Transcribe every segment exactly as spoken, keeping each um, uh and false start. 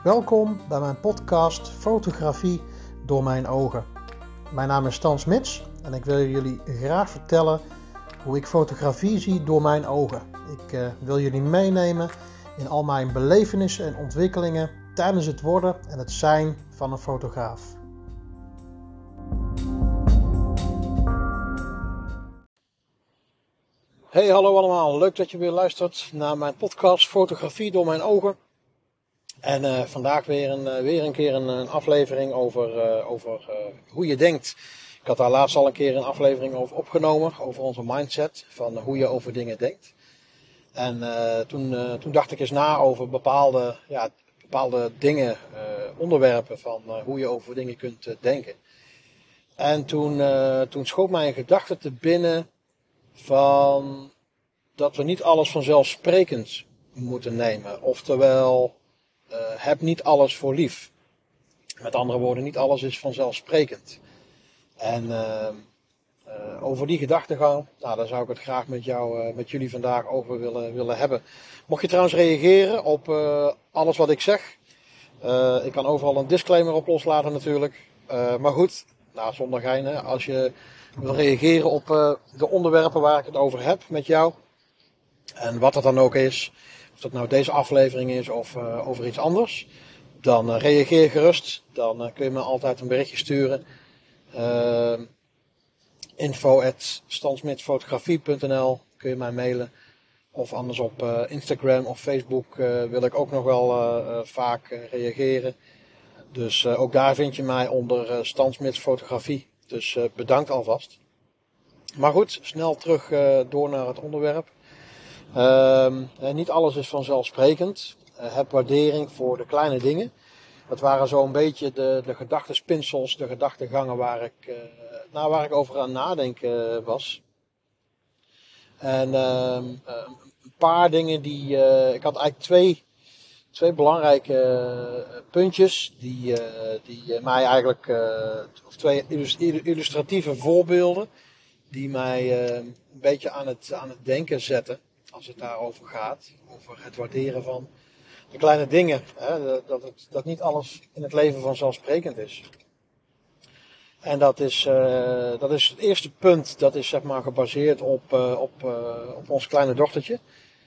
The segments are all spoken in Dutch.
Welkom bij mijn podcast Fotografie door mijn ogen. Mijn naam is Stan Smits en ik wil jullie graag vertellen hoe ik fotografie zie door mijn ogen. Ik uh, wil jullie meenemen in al mijn belevenissen en ontwikkelingen tijdens het worden en het zijn van een fotograaf. Hey, hallo allemaal. Leuk dat je weer luistert naar mijn podcast Fotografie door mijn ogen. En uh, vandaag weer een, uh, weer een keer een, een aflevering over, uh, over uh, hoe je denkt. Ik had daar laatst al een keer een aflevering over opgenomen, over onze mindset, van hoe je over dingen denkt. En uh, toen, uh, toen dacht ik eens na over bepaalde, ja, bepaalde dingen, uh, onderwerpen van uh, hoe je over dingen kunt uh, denken. En toen, uh, toen schoot mij een gedachte te binnen van dat we niet alles vanzelfsprekend moeten nemen. Oftewel, uh, heb niet alles voor lief. Met andere woorden, niet alles is vanzelfsprekend. En uh, uh, over die gedachtegang, nou, daar zou ik het graag met jou, uh, met jullie vandaag over willen, willen hebben. Mocht je trouwens reageren op uh, alles wat ik zeg. Uh, ik kan overal een disclaimer op loslaten natuurlijk. Uh, maar goed, nou, zonder gein, als je wil reageren op uh, de onderwerpen waar ik het over heb met jou. En wat dat dan ook is. Of dat nou deze aflevering is of uh, over iets anders. Dan uh, reageer gerust. Dan uh, kun je me altijd een berichtje sturen. Uh, info at stansmitsfotografie punt n l kun je mij mailen. Of anders op uh, Instagram of Facebook uh, wil ik ook nog wel uh, uh, vaak uh, reageren. Dus uh, ook daar vind je mij onder uh, Stansmitsfotografie. Dus uh, bedankt alvast. Maar goed, snel terug uh, door naar het onderwerp. Uh, niet alles is vanzelfsprekend. Uh, heb waardering voor de kleine dingen. Dat waren zo'n beetje de, de gedachtespinsels, de gedachtegangen waar ik, uh, nou, waar ik over aan nadenken uh, was. En uh, een paar dingen die... Uh, ik had eigenlijk twee, twee belangrijke uh, puntjes die, uh, die mij eigenlijk... Uh, of twee illustratieve voorbeelden die mij uh, een beetje aan het, aan het denken zetten. Als het daarover gaat. Over het waarderen van de kleine dingen. Hè, dat, het, dat niet alles in het leven vanzelfsprekend is. En dat is, uh, dat is het eerste punt. Dat is zeg maar gebaseerd op, uh, op, uh, op ons kleine dochtertje.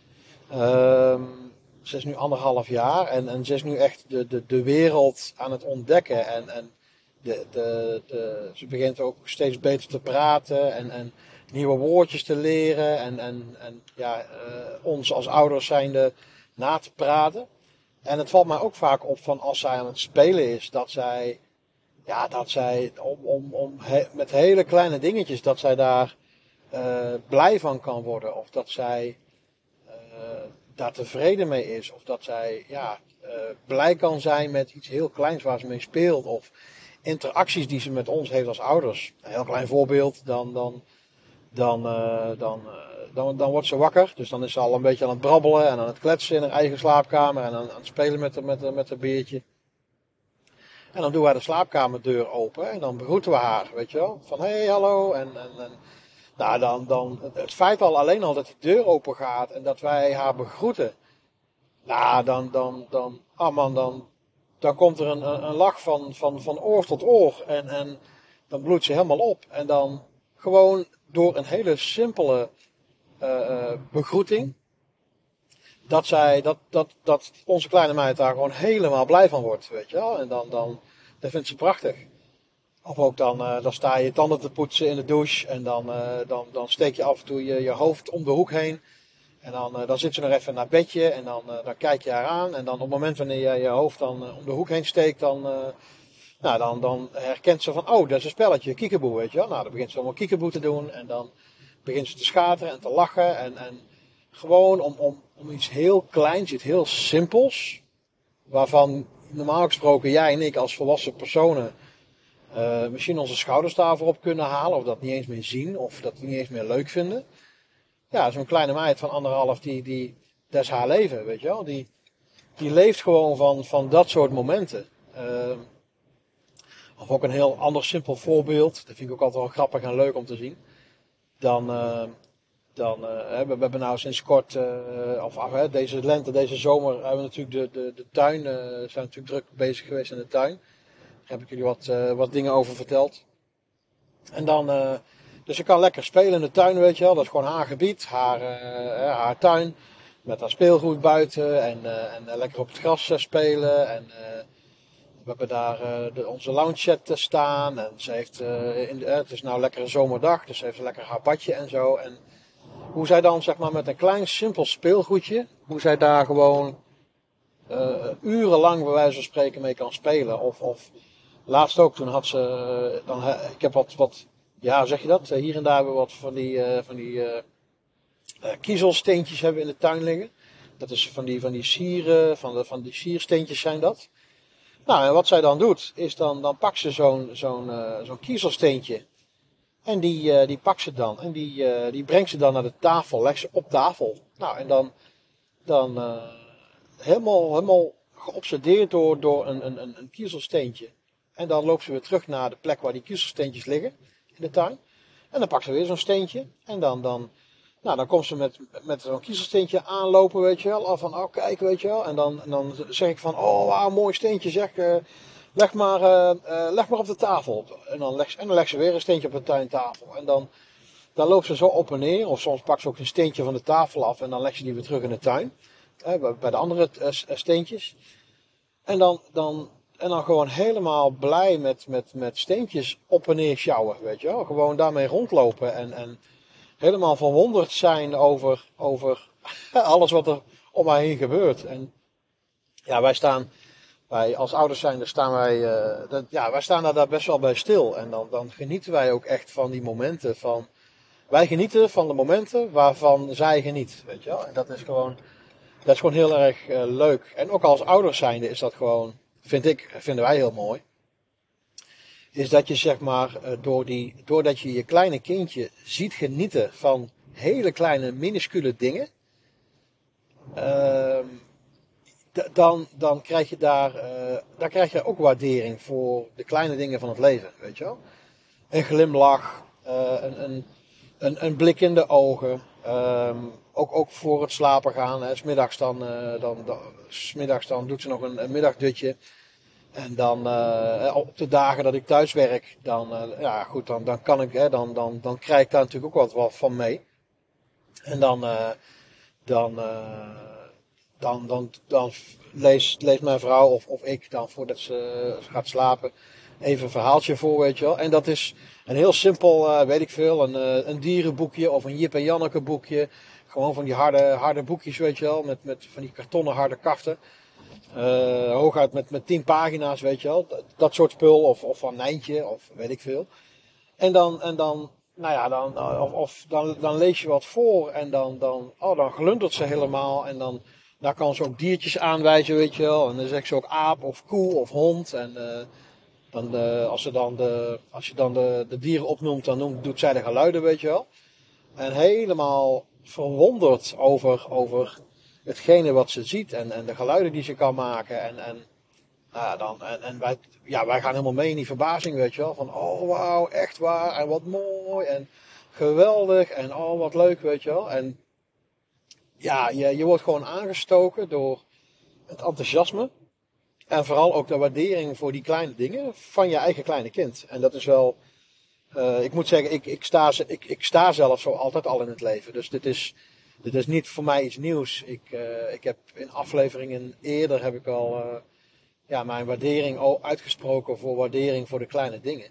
Uh, ze is nu anderhalf jaar. En, en ze is nu echt de, de, de wereld aan het ontdekken. En, en de, de, de, ze begint ook steeds beter te praten. En, en nieuwe woordjes te leren. En, en, en ja, uh, ons als ouders zijnde na te praten. En het valt mij ook vaak op van als zij aan het spelen is. Dat zij, ja, dat zij om, om, om he, met hele kleine dingetjes. Dat zij daar uh, blij van kan worden. Of dat zij uh, daar tevreden mee is. Of dat zij ja, uh, blij kan zijn met iets heel kleins waar ze mee speelt. Of interacties die ze met ons heeft als ouders. Een heel klein voorbeeld. Dan... dan Dan, uh, dan, uh, dan, dan wordt ze wakker. Dus dan is ze al een beetje aan het brabbelen en aan het kletsen in haar eigen slaapkamer. En aan, aan het spelen met, met, met haar beertje. En dan doen wij de slaapkamerdeur open. En dan begroeten we haar, weet je wel. Van hé, hey, hallo. En, en, en nou, dan, dan, het feit al alleen al dat die deur open gaat en dat wij haar begroeten. Nou, dan, dan, dan, ah man, dan, dan komt er een, een, een lach van, van, van oor tot oor. En, en dan bloedt ze helemaal op. En dan gewoon door een hele simpele uh, begroeting. Dat, zij, dat, dat, dat onze kleine meid daar gewoon helemaal blij van wordt. Weet je wel? En dan, dan dat vindt ze prachtig. Of ook dan, uh, dan sta je je tanden te poetsen in de douche. En dan, uh, dan, dan steek je af en toe je, je hoofd om de hoek heen. En dan, uh, dan zit ze nog even naar bedje. En dan, uh, dan kijk je haar aan. En dan op het moment wanneer je je hoofd dan uh, om de hoek heen steekt. Dan... Uh, Nou, dan, dan herkent ze van, oh, dat is een spelletje, kiekeboe, weet je wel. Nou, dan begint ze allemaal kiekeboe te doen en dan begint ze te schateren en te lachen. En, en gewoon om, om, om iets heel kleins, iets heel simpels, waarvan normaal gesproken jij en ik als volwassen personen uh, misschien onze schouders daarvoor op kunnen halen, of dat niet eens meer zien, of dat niet eens meer leuk vinden. Ja, zo'n kleine meid van anderhalf, die, die, dat is haar leven, weet je wel. Die, die leeft gewoon van, van dat soort momenten. Uh, Of ook een heel ander simpel voorbeeld. Dat vind ik ook altijd wel grappig en leuk om te zien. Dan, uh, Dan, uh, we, we hebben nou sinds kort, uh, of uh, deze lente, deze zomer, hebben we natuurlijk de, de, de tuin. Uh, we zijn natuurlijk druk bezig geweest in de tuin. Daar heb ik jullie wat, uh, wat dingen over verteld. En dan, uh, dus je kan lekker spelen in de tuin, weet je wel. Dat is gewoon haar gebied, haar, uh, haar tuin. Met haar speelgoed buiten en, uh, en uh, lekker op het gras uh, spelen. En uh, we hebben daar uh, de, onze lounge set staan. En ze heeft, uh, in de, uh, het is nou lekker een zomerdag, dus ze heeft lekker haar badje en zo. En hoe zij dan zeg maar met een klein simpel speelgoedje, hoe zij daar gewoon uh, urenlang bij wijze van spreken mee kan spelen. Of, of laatst ook, toen had ze, uh, dan, uh, ik heb wat, wat, ja zeg je dat, uh, hier en daar hebben we wat van die, uh, van die uh, uh, kiezelsteentjes hebben we in de tuin liggen. Dat is van die, van die sieren, van, de, van die siersteentjes zijn dat. Nou, en wat zij dan doet, is dan, dan pakt ze zo'n, zo'n, uh, zo'n kiezelsteentje. En die, uh, die pakt ze dan. En die, uh, die brengt ze dan naar de tafel. Legt ze op tafel. Nou, en dan, dan uh, helemaal, helemaal geobsedeerd door, door een, een, een kiezelsteentje. En dan loopt ze weer terug naar de plek waar die kiezelsteentjes liggen. In de tuin. En dan pakt ze weer zo'n steentje. En dan, dan, nou, dan komt ze met, met zo'n kiezelsteentje aanlopen, weet je wel. Al van, oh kijk, weet je wel. En dan, en dan zeg ik van, oh wauw, mooi steentje zeg. Uh, leg, maar, uh, uh, leg maar op de tafel. En dan, leg, en dan legt ze weer een steentje op de tuintafel. En dan, dan loopt ze zo op en neer. Of soms pakt ze ook een steentje van de tafel af. En dan legt ze die weer terug in de tuin. Uh, bij de andere uh, steentjes. En dan, dan, en dan gewoon helemaal blij met, met, met steentjes op en neer sjouwen, weet je wel. Gewoon daarmee rondlopen en... en helemaal verwonderd zijn over, over alles wat er om mij heen gebeurt. En ja, wij staan, wij als ouders zijn, daar staan wij, uh, dat, ja, wij staan daar, daar best wel bij stil. En dan, dan genieten wij ook echt van die momenten van, wij genieten van de momenten waarvan zij geniet, weet je wel. En dat is gewoon, dat is gewoon heel erg uh, leuk. En ook als ouders zijnde is dat gewoon, vind ik, vinden wij heel mooi. Is dat je zeg maar, door die, doordat je je kleine kindje ziet genieten van hele kleine minuscule dingen. Uh, d- dan, dan krijg je daar, uh, daar krijg je ook waardering voor de kleine dingen van het leven, weet je wel. Een glimlach, uh, een, een, een, een blik in de ogen. Um, ook, ook voor het slapen gaan. Hè. 'Smiddags dan, uh, dan, dan, 'smiddags dan doet ze nog een, een middagdutje. En dan uh, op de dagen dat ik thuis werk, dan, uh, ja, goed, dan, dan kan ik, hè, dan, dan, dan krijg ik daar natuurlijk ook wat, wat van mee. En dan, uh, dan, uh, dan, dan, dan leest, leest mijn vrouw of, of ik dan voordat ze gaat slapen even een verhaaltje voor, weet je wel. En dat is een heel simpel, uh, weet ik veel, een, uh, een dierenboekje of een Jip en Janneke boekje. Gewoon van die harde, harde boekjes, weet je wel, met, met van die kartonnen harde kaften. Uh, hooguit met, met tien pagina's, weet je wel. Dat, dat soort spul. Of, of van Nijntje, of weet ik veel. En dan, en dan nou ja, dan, of, of dan, dan lees je wat voor. En dan, dan, oh, dan glundert ze helemaal. En dan, daar kan ze ook diertjes aanwijzen, weet je wel. En dan zegt ze ook aap, of koe, of hond. En uh, dan de, als, ze dan de, als je dan de, de dieren opnoemt, dan noemt, doet zij de geluiden, weet je wel. En helemaal verwonderd over... over hetgene wat ze ziet en, en de geluiden die ze kan maken. En, en, nou, dan, en, en wij, ja, wij gaan helemaal mee in die verbazing, weet je wel. Van, oh wauw, echt waar. En wat mooi. En geweldig. En oh, wat leuk, weet je wel. En ja, je, je wordt gewoon aangestoken door het enthousiasme. En vooral ook de waardering voor die kleine dingen van je eigen kleine kind. En dat is wel... Uh, ik moet zeggen, ik, ik, sta, ik, ik sta zelf zo altijd al in het leven. Dus dit is... Dit is niet voor mij iets nieuws. Ik, uh, ik heb in afleveringen eerder heb ik al uh, ja, mijn waardering al uitgesproken voor waardering voor de kleine dingen.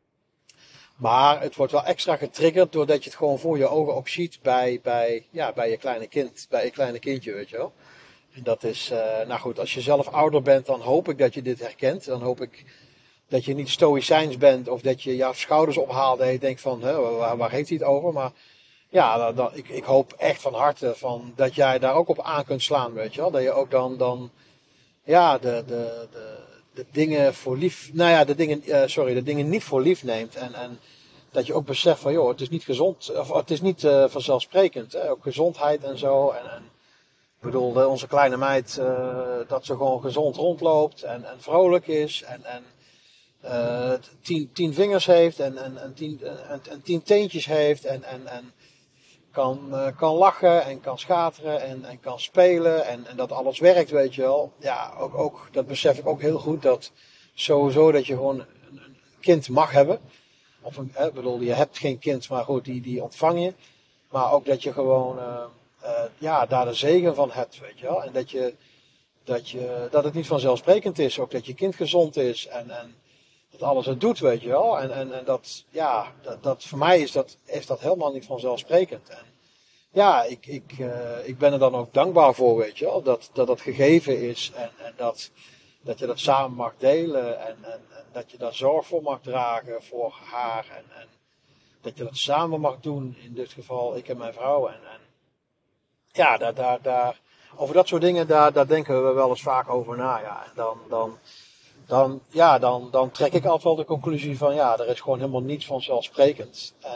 Maar het wordt wel extra getriggerd doordat je het gewoon voor je ogen ook ziet bij, bij, ja, bij je kleine kind, bij je kleine kindje, weet je wel. En dat is, uh, nou goed, als je zelf ouder bent, dan hoop ik dat je dit herkent. Dan hoop ik dat je niet stoïcijns bent of dat je jouw schouders ophaalt en je denkt van, hè, waar, waar heeft hij het over? Maar ja, dan, dan, ik, ik hoop echt van harte van dat jij daar ook op aan kunt slaan, weet je wel. Dat je ook dan, dan ja, de, de, de, de dingen voor lief, nou ja, de dingen, uh, sorry, de dingen niet voor lief neemt. En, en dat je ook beseft van, joh, het is niet gezond, of het is niet uh, vanzelfsprekend. Hè? Ook gezondheid en zo. En, en ik bedoel, de, onze kleine meid, uh, dat ze gewoon gezond rondloopt en, en vrolijk is. En, en uh, tien, tien vingers heeft en, en, en, tien, en, en tien teentjes heeft en... en, en kan, uh, kan lachen en kan schateren en, en kan spelen en, en dat alles werkt, weet je wel. Ja, ook, ook, dat besef ik ook heel goed, dat sowieso dat je gewoon een, een kind mag hebben. Of een, ik bedoel, je hebt geen kind, maar goed, die, die ontvang je. Maar ook dat je gewoon, uh, uh, ja, daar de zegen van hebt, weet je wel. En dat je, dat je, dat het niet vanzelfsprekend is, ook dat je kind gezond is en, en dat alles het doet, weet je wel. En, en, en dat, ja, dat, dat voor mij is dat, is dat helemaal niet vanzelfsprekend. En ja, ik, ik, uh, ik ben er dan ook dankbaar voor, weet je wel. Dat dat, dat gegeven is en, en dat, dat je dat samen mag delen. En, en, en dat je daar zorg voor mag dragen voor haar. En, en dat je dat samen mag doen, in dit geval ik en mijn vrouw. En, en ja, daar, daar, daar, over dat soort dingen, daar, daar denken we wel eens vaak over na. Ja. En dan... dan Dan, ja, dan, dan trek ik altijd wel de conclusie van ja, er is gewoon helemaal niets vanzelfsprekend. En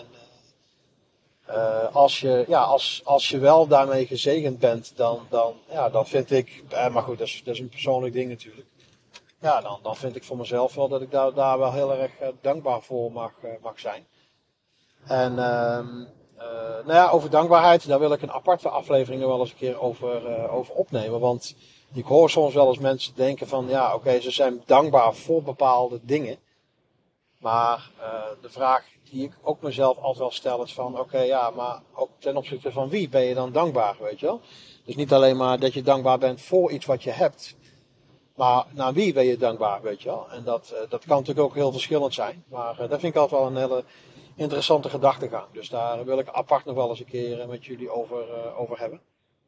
uh, als, je, ja, als, als je wel daarmee gezegend bent, dan, dan, ja, dan vind ik, eh, maar goed, dat is, dat is een persoonlijk ding natuurlijk. Ja, dan, dan vind ik voor mezelf wel dat ik daar, daar wel heel erg uh, dankbaar voor mag, uh, mag zijn. En uh, uh, nou ja, over dankbaarheid, daar wil ik een aparte aflevering wel eens een keer over, uh, over opnemen. Want ik hoor soms wel eens mensen denken van, ja, oké, okay, ze zijn dankbaar voor bepaalde dingen. Maar uh, de vraag die ik ook mezelf altijd wel stel is van, oké, okay, ja, maar ook ten opzichte van wie ben je dan dankbaar, weet je wel? Dus niet alleen maar dat je dankbaar bent voor iets wat je hebt, maar naar wie ben je dankbaar, weet je wel? En dat, uh, dat kan natuurlijk ook heel verschillend zijn. Maar uh, dat vind ik altijd wel een hele interessante gedachtegang. Dus daar wil ik apart nog wel eens een keer met jullie over, uh, over hebben.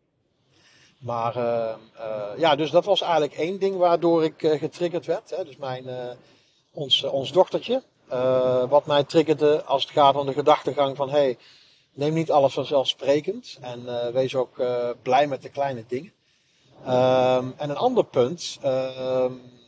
Maar uh, uh, ja, dus dat was eigenlijk één ding waardoor ik uh, getriggerd werd. Hè? Dus mijn, uh, ons, uh, ons dochtertje. Uh, wat mij triggerde als het gaat om de gedachtegang van, hey, neem niet alles vanzelfsprekend. En uh, wees ook uh, blij met de kleine dingen. Um, en een ander punt. Uh,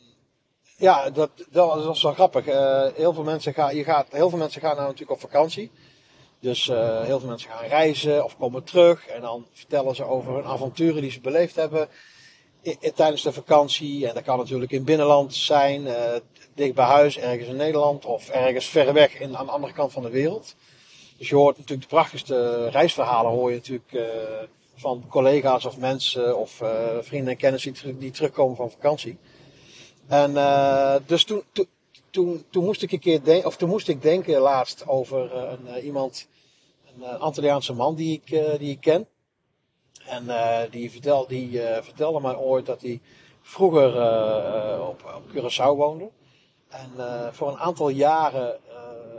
ja, dat, dat was wel grappig. Uh, heel, veel mensen gaan, je gaat, heel veel mensen gaan nou natuurlijk op vakantie. Dus uh, heel veel mensen gaan reizen of komen terug en dan vertellen ze over hun avonturen die ze beleefd hebben i- i- tijdens de vakantie. En dat kan natuurlijk in het binnenland zijn, uh, dicht bij huis, ergens in Nederland of ergens ver weg in, aan de andere kant van de wereld. Dus je hoort natuurlijk de prachtigste reisverhalen hoor je natuurlijk uh, van collega's of mensen of uh, vrienden en kennissen die, die terugkomen van vakantie. En uh, dus toen, toen, toen, toen moest ik een keer denken, of toen moest ik denken laatst over uh, een, uh, iemand, een uh, Antilliaanse man die ik, uh, die ik ken. En uh, die, vertel, die uh, vertelde mij ooit dat hij vroeger uh, uh, op, op Curaçao woonde. En uh, voor een aantal jaren uh,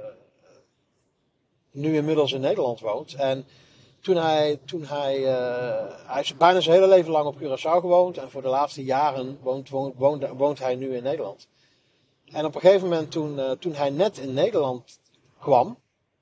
nu inmiddels in Nederland woont. En toen hij, toen hij, uh, hij is bijna zijn hele leven lang op Curaçao gewoond. En voor de laatste jaren woont, woont, woont, woont hij nu in Nederland. En op een gegeven moment toen, uh, toen hij net in Nederland kwam.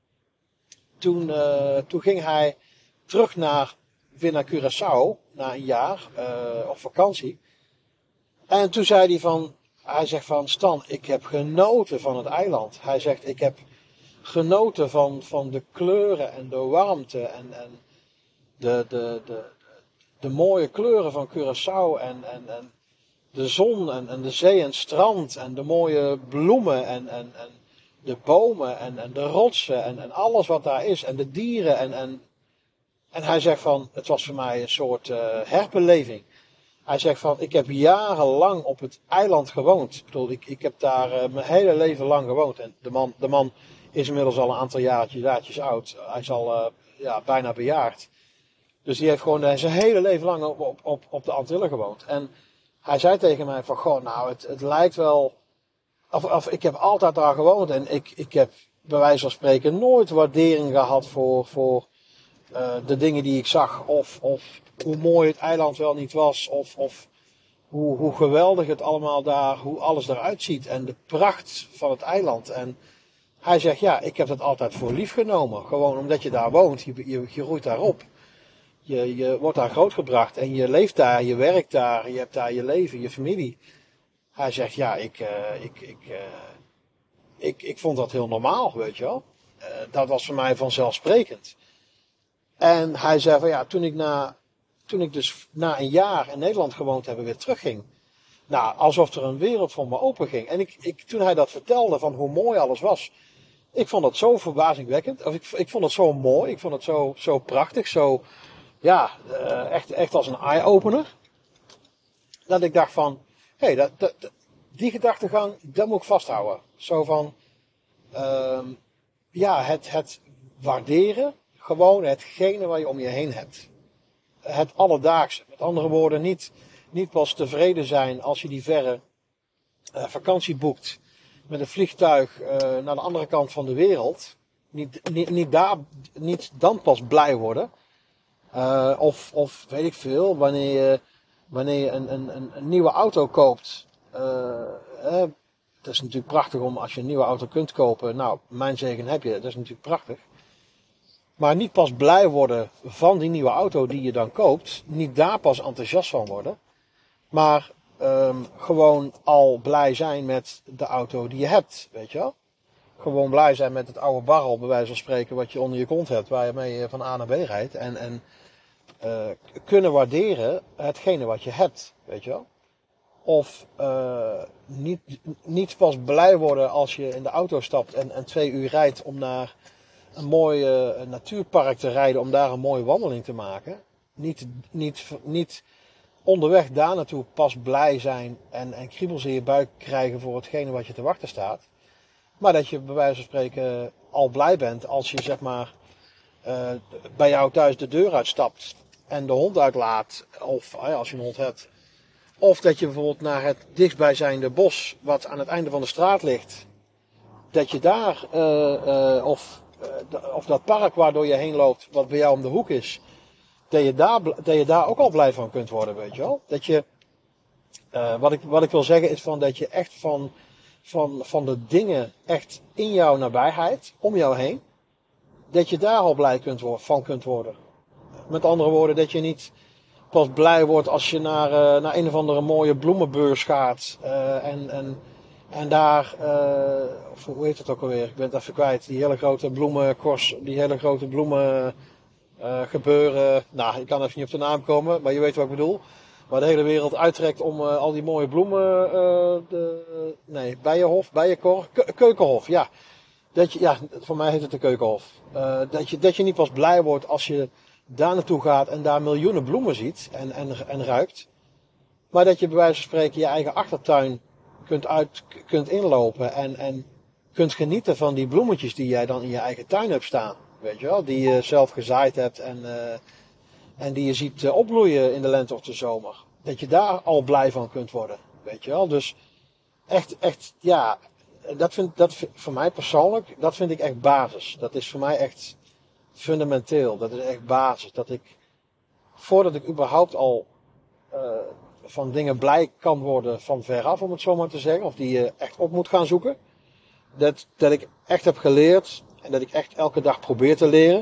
Toen, uh, toen ging hij terug naar, weer naar Curaçao. Na een jaar uh, op vakantie. En toen zei hij van, hij zegt van Stan, ik heb genoten van het eiland. Hij zegt, ik heb genoten van, van de kleuren en de warmte en, en de, de, de, de mooie kleuren van Curaçao en, en, en de zon en, en de zee en strand en de mooie bloemen en, en, en de bomen en, en de rotsen en, en alles wat daar is en de dieren. En, en, en hij zegt van, het was voor mij een soort uh, herbeleving. Hij zegt van, ik heb jarenlang op het eiland gewoond. Ik bedoel, ik, ik heb daar uh, mijn hele leven lang gewoond. En de man, de man is inmiddels al een aantal jaartjes, jaartjes oud. Hij is al uh, ja, bijna bejaard. Dus die heeft gewoon uh, zijn hele leven lang op, op, op, op de Antillen gewoond. En hij zei tegen mij van, goh, nou, het, het lijkt wel... Of, of ik heb altijd daar gewoond en ik, ik heb bij wijze van spreken nooit waardering gehad voor, voor uh, de dingen die ik zag. Of, of hoe mooi het eiland wel niet was. Of, of hoe, hoe geweldig het allemaal daar, hoe alles eruit ziet. En de pracht van het eiland. En hij zegt, ja, ik heb dat altijd voor lief genomen. Gewoon omdat je daar woont, je, je, je groeit daarop. Je, je wordt daar grootgebracht en je leeft daar, je werkt daar, je hebt daar je leven, je familie. Hij zegt, ja, ik, uh, ik, ik, uh, ik, ik vond dat heel normaal, weet je wel. Uh, dat was voor mij vanzelfsprekend. En hij zei van, ja, toen ik, na, toen ik dus na een jaar in Nederland gewoond heb, weer terugging. Nou, alsof er een wereld voor me open ging. En ik, ik, toen hij dat vertelde van hoe mooi alles was, Ik vond dat zo verbazingwekkend. Of ik, ik vond het zo mooi. Ik vond het zo, zo prachtig. Zo, ja, uh, echt, echt als een eye-opener. Dat ik dacht van, hé, hey, dat, dat, die gedachtegang, dat moet ik vasthouden. Zo van, uh, ja, het, het waarderen. Gewoon hetgene waar je om je heen hebt. Het alledaagse. Met andere woorden, niet, niet pas tevreden zijn als je die verre uh, vakantie boekt. Met een vliegtuig uh, naar de andere kant van de wereld. Niet, niet, niet, daar, niet dan pas blij worden. Uh, of, of weet ik veel, wanneer je, wanneer je een, een, een nieuwe auto koopt. Uh, eh, het is natuurlijk prachtig om als je een nieuwe auto kunt kopen. Nou, mijn zegen heb je, dat is natuurlijk prachtig. Maar niet pas blij worden van die nieuwe auto die je dan koopt. Niet daar pas enthousiast van worden. Maar um, gewoon al blij zijn met de auto die je hebt, weet je wel. Gewoon blij zijn met het oude barrel, bij wijze van spreken, wat je onder je kont hebt, waar je mee van A naar B rijdt. En, en uh, kunnen waarderen hetgene wat je hebt, weet je wel. Of uh, niet, niet pas blij worden als je in de auto stapt en, en twee uur rijdt om naar een mooi uh, natuurpark te rijden, om daar een mooie wandeling te maken. Niet, niet, niet onderweg daar naartoe pas blij zijn en, en kriebels in je buik krijgen voor hetgene wat je te wachten staat. Maar dat je bij wijze van spreken al blij bent als je zeg maar uh, bij jou thuis de deur uitstapt en de hond uitlaat. Of uh, als je een hond hebt. Of dat je bijvoorbeeld naar het dichtstbijzijnde bos wat aan het einde van de straat ligt. Dat je daar, uh, uh, of, uh, of dat park waardoor je heen loopt wat bij jou om de hoek is. Dat je daar, dat je daar ook al blij van kunt worden, weet je wel. Dat je, uh, wat, ik, wat ik wil zeggen is van dat je echt van... Van, van de dingen echt in jouw nabijheid, om jou heen, dat je daar al blij kunt worden, van kunt worden. Met andere woorden, dat je niet pas blij wordt als je naar, uh, naar een of andere mooie bloemenbeurs gaat. Uh, en, en, en daar, uh, of hoe heet het ook alweer, ik ben het even kwijt, die hele grote bloemenkors, die hele grote bloemen uh, gebeuren. Nou, ik kan even niet op de naam komen, maar je weet wat ik bedoel. Waar de hele wereld uittrekt om uh, al die mooie bloemen, uh, de, nee, Bijenhof, Bijenkorf, Ke- Keukenhof, ja. Dat je, ja, voor mij heet het de Keukenhof. Uh, dat, je, dat je niet pas blij wordt als je daar naartoe gaat en daar miljoenen bloemen ziet en, en, en ruikt. Maar dat je bij wijze van spreken je eigen achtertuin kunt, uit, kunt inlopen en, en kunt genieten van die bloemetjes die jij dan in je eigen tuin hebt staan. Weet je wel, die je zelf gezaaid hebt en... Uh, En die je ziet uh, opbloeien in de lente of de zomer. Dat je daar al blij van kunt worden. Weet je wel. Dus echt, echt, ja. Dat vind, dat voor mij persoonlijk, dat vind ik echt basis. Dat is voor mij echt fundamenteel. Dat is echt basis. Dat ik, voordat ik überhaupt al uh, van dingen blij kan worden van veraf, om het zo maar te zeggen. Of die je echt op moet gaan zoeken. Dat, dat ik echt heb geleerd. En dat ik echt elke dag probeer te leren.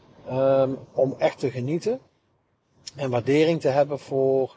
Um, om echt te genieten. En waardering te hebben voor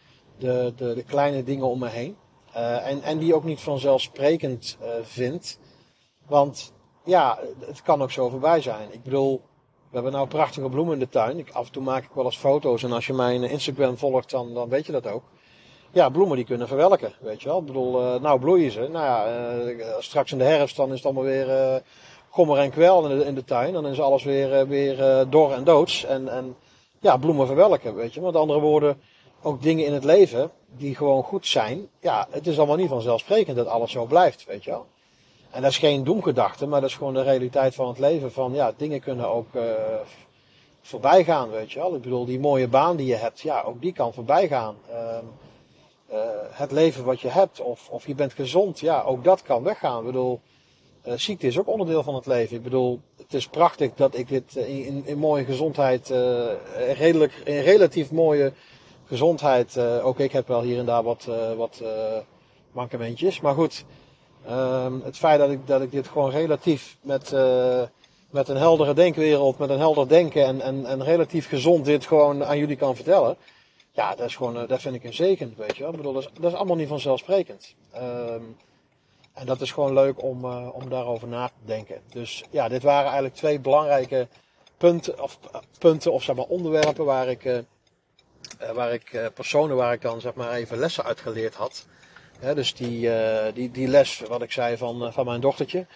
de, de, de kleine dingen om me heen. Uh, en, en die ook niet vanzelfsprekend uh, vindt. Want ja, het kan ook zo voorbij zijn. Ik bedoel, we hebben nou prachtige bloemen in de tuin. Ik, af en toe maak ik wel eens foto's. En als je mijn Instagram volgt, dan, dan weet je dat ook. Ja, bloemen die kunnen verwelken, weet je wel. Ik bedoel, uh, nou bloeien ze. Nou ja, uh, straks in de herfst dan is het allemaal weer uh, kommer en kwel in de, in de tuin. Dan is alles weer, uh, weer uh, dor en doods. En... en ja, bloemen verwelken, weet je. Met andere woorden, ook dingen in het leven die gewoon goed zijn. Ja, het is allemaal niet vanzelfsprekend dat alles zo blijft, weet je wel. En dat is geen doemgedachte, maar dat is gewoon de realiteit van het leven. Van ja, dingen kunnen ook uh, voorbij gaan, weet je wel. Ik bedoel, die mooie baan die je hebt, ja, ook die kan voorbij gaan. Uh, uh, het leven wat je hebt, of, of je bent gezond, ja, ook dat kan weggaan. Ik bedoel, uh, ziekte is ook onderdeel van het leven. Ik bedoel, het is prachtig dat ik dit in, in, in mooie gezondheid, uh, redelijk, in relatief mooie gezondheid, uh, ook ik heb wel hier en daar wat, uh, wat uh, mankementjes. Maar goed, uh, het feit dat ik, dat ik dit gewoon relatief met, uh, met een heldere denkwereld, met een helder denken en, en, en relatief gezond dit gewoon aan jullie kan vertellen. Ja, dat is gewoon, uh, dat vind ik een zegen, weet je wel. Ik bedoel, dat is, dat is allemaal niet vanzelfsprekend. Uh, En dat is gewoon leuk om, uh, om daarover na te denken. Dus ja, dit waren eigenlijk twee belangrijke punten, of, uh, punten, of zeg maar onderwerpen waar ik, uh, uh, waar ik uh, personen waar ik dan zeg maar even lessen uit geleerd had. Ja, dus die, uh, die, die les, wat ik zei van, uh, van mijn dochtertje.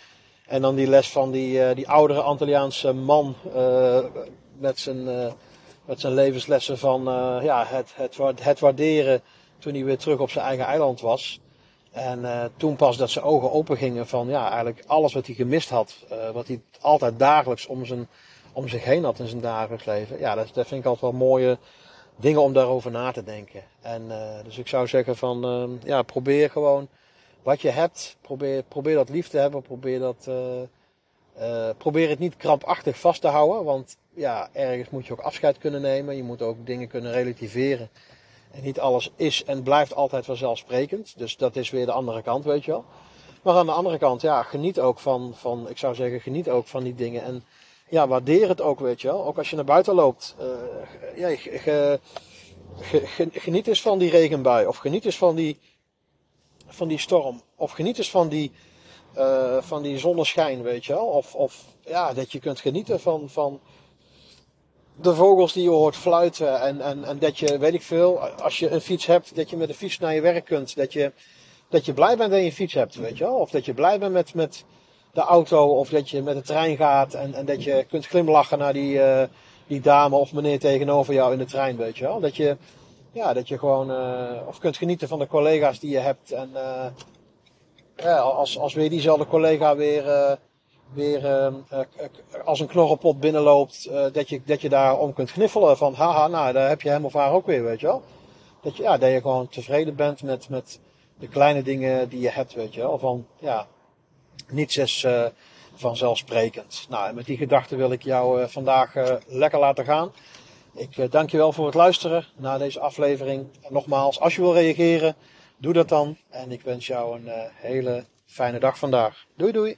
En dan die les van die, uh, die oudere Antilliaanse man uh, met, zijn, uh, met zijn levenslessen van uh, ja, het, het, het waarderen toen hij weer terug op zijn eigen eiland was. En uh, toen pas dat zijn ogen open gingen van ja, eigenlijk alles wat hij gemist had. Uh, wat hij altijd dagelijks om, zijn, om zich heen had in zijn dagelijks leven. Ja, dat, dat vind ik altijd wel mooie dingen om daarover na te denken. En uh, dus ik zou zeggen van uh, ja, probeer gewoon wat je hebt. Probeer, probeer dat lief te hebben. Probeer, dat, uh, uh, probeer het niet krampachtig vast te houden. Want ja, ergens moet je ook afscheid kunnen nemen. Je moet ook dingen kunnen relativeren. En niet alles is en blijft altijd vanzelfsprekend. Dus dat is weer de andere kant, weet je wel. Maar aan de andere kant, ja, geniet ook van, van ik zou zeggen, geniet ook van die dingen. En ja, waardeer het ook, weet je wel. Ook als je naar buiten loopt. Uh, ja, ge, ge, ge, geniet eens van die regenbui. Of geniet eens van die, van die storm. Of geniet eens van die, uh, van die zonneschijn, weet je wel. Of, of ja, dat je kunt genieten van... van de vogels die je hoort fluiten en, en, en dat je, weet ik veel, als je een fiets hebt, dat je met de fiets naar je werk kunt. Dat je, dat je blij bent dat je een fiets hebt, weet je wel. Of dat je blij bent met, met de auto, of dat je met de trein gaat en, en dat je kunt glimlachen naar die, uh, die dame of meneer tegenover jou in de trein, weet je wel. Dat je, ja, dat je gewoon, uh, of kunt genieten van de collega's die je hebt. En uh, ja, als, als weer diezelfde collega weer... Uh, weer uh, uh, als een knorrenpot binnenloopt, uh, dat, je, dat je daar om kunt gniffelen van haha, nou daar heb je hem of haar ook weer, weet je wel. Dat je, ja, dat je gewoon tevreden bent met, met de kleine dingen die je hebt, weet je wel. Van ja, niets is uh, vanzelfsprekend. Nou, en met die gedachte wil ik jou uh, vandaag uh, lekker laten gaan. Ik uh, dank je wel voor het luisteren naar deze aflevering. En nogmaals, als je wil reageren, doe dat dan. En ik wens jou een uh, hele fijne dag vandaag. Doei doei!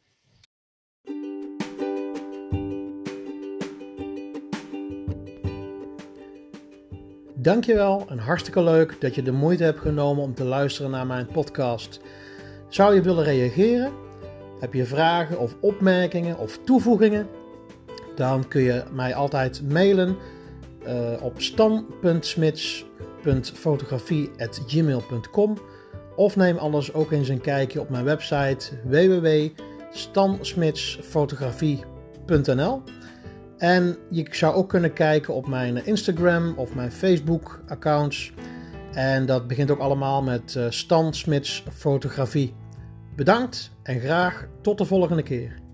Dankjewel en hartstikke leuk dat je de moeite hebt genomen om te luisteren naar mijn podcast. Zou je willen reageren? Heb je vragen of opmerkingen of toevoegingen? Dan kun je mij altijd mailen uh, op stan punt smits punt fotografie at gmail punt com of neem anders ook eens een kijkje op mijn website w w w punt stan smits fotografie punt n l. En je zou ook kunnen kijken op mijn Instagram of mijn Facebook accounts. En dat begint ook allemaal met uh, Stan Smits Fotografie. Bedankt en graag tot de volgende keer.